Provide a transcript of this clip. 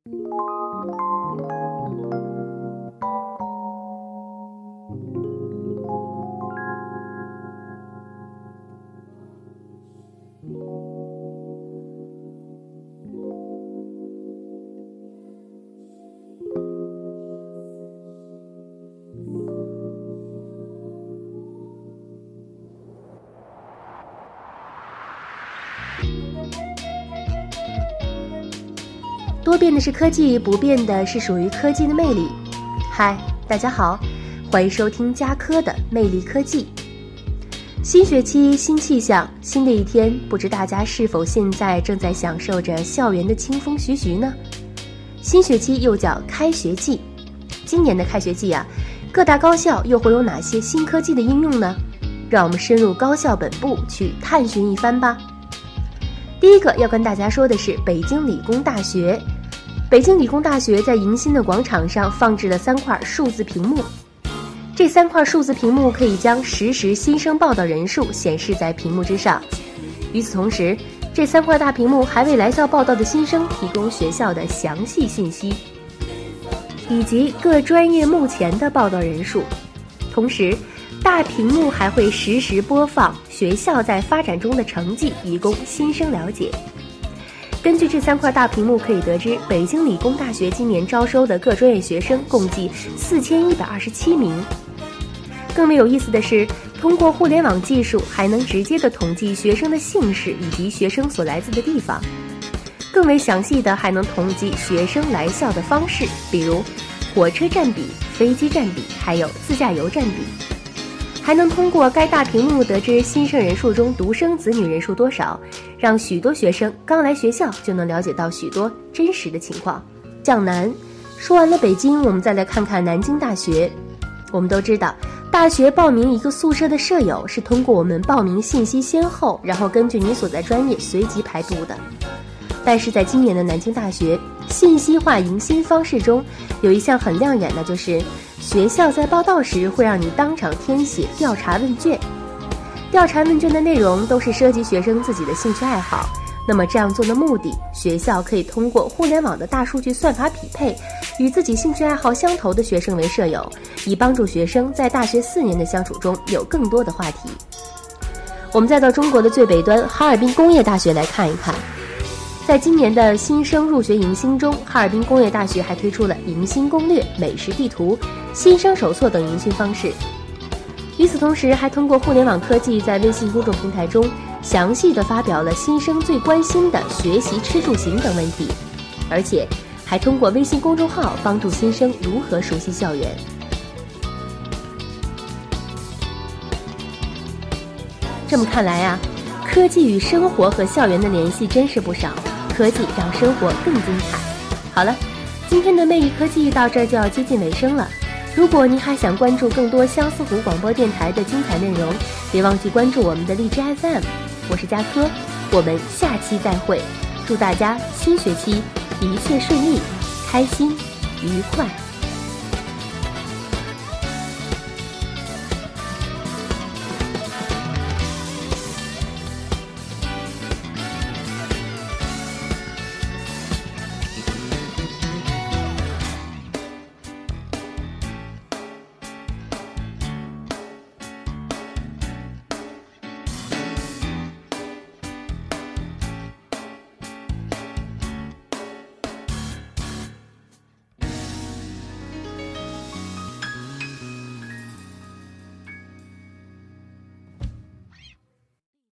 多变的是科技，不变的是属于科技的魅力。嗨，大家好，欢迎收听加科的魅力科技。新学期新气象，新的一天，不知大家是否现在正在享受着校园的清风徐徐呢？新学期又叫开学季，今年的开学季啊，各大高校又会有哪些新科技的应用呢？让我们深入高校本部去探寻一番吧。第一个要跟大家说的是北京理工大学。北京理工大学在迎新的广场上放置了3块数字屏幕，这3块数字屏幕可以将实时新生报到人数显示在屏幕之上。与此同时，这3块大屏幕还为来校报到的新生提供学校的详细信息，以及各专业目前的报到人数。同时，大屏幕还会实时播放学校在发展中的成绩，以供新生了解。根据这3块大屏幕可以得知，北京理工大学今年招收的各专业学生共计4127名。更为有意思的是，通过互联网技术，还能直接的统计学生的姓氏以及学生所来自的地方。更为详细的还能统计学生来校的方式，比如火车占比、飞机占比，还有自驾游占比。还能通过该大屏幕得知新生人数中独生子女人数多少，让许多学生刚来学校就能了解到许多真实的情况。江南说完了北京，我们再来看看南京大学。我们都知道，大学报名一个宿舍的舍友是通过我们报名信息先后，然后根据你所在专业随机排布的。但是在今年的南京大学信息化迎新方式中，有一项很亮眼的，就是学校在报到时会让你当场填写调查问卷。调查问卷的内容都是涉及学生自己的兴趣爱好，那么这样做的目的，学校可以通过互联网的大数据算法匹配与自己兴趣爱好相投的学生为舍友，以帮助学生在大学4年的相处中有更多的话题。我们再到中国的最北端哈尔滨工业大学来看一看。在今年的新生入学迎新中，哈尔滨工业大学还推出了迎新攻略、美食地图、新生手册等迎新方式。与此同时，还通过互联网科技在微信公众平台中详细地发表了新生最关心的学习、吃住行等问题，而且还通过微信公众号帮助新生如何熟悉校园。这么看来啊，科技与生活和校园的联系真是不少，科技让生活更精彩。好了，今天的魅力科技到这儿就要接近尾声了。如果您还想关注更多相思湖广播电台的精彩内容，别忘记关注我们的荔枝 FM。 我是佳科，我们下期再会。祝大家新学期一切顺利，开心愉快。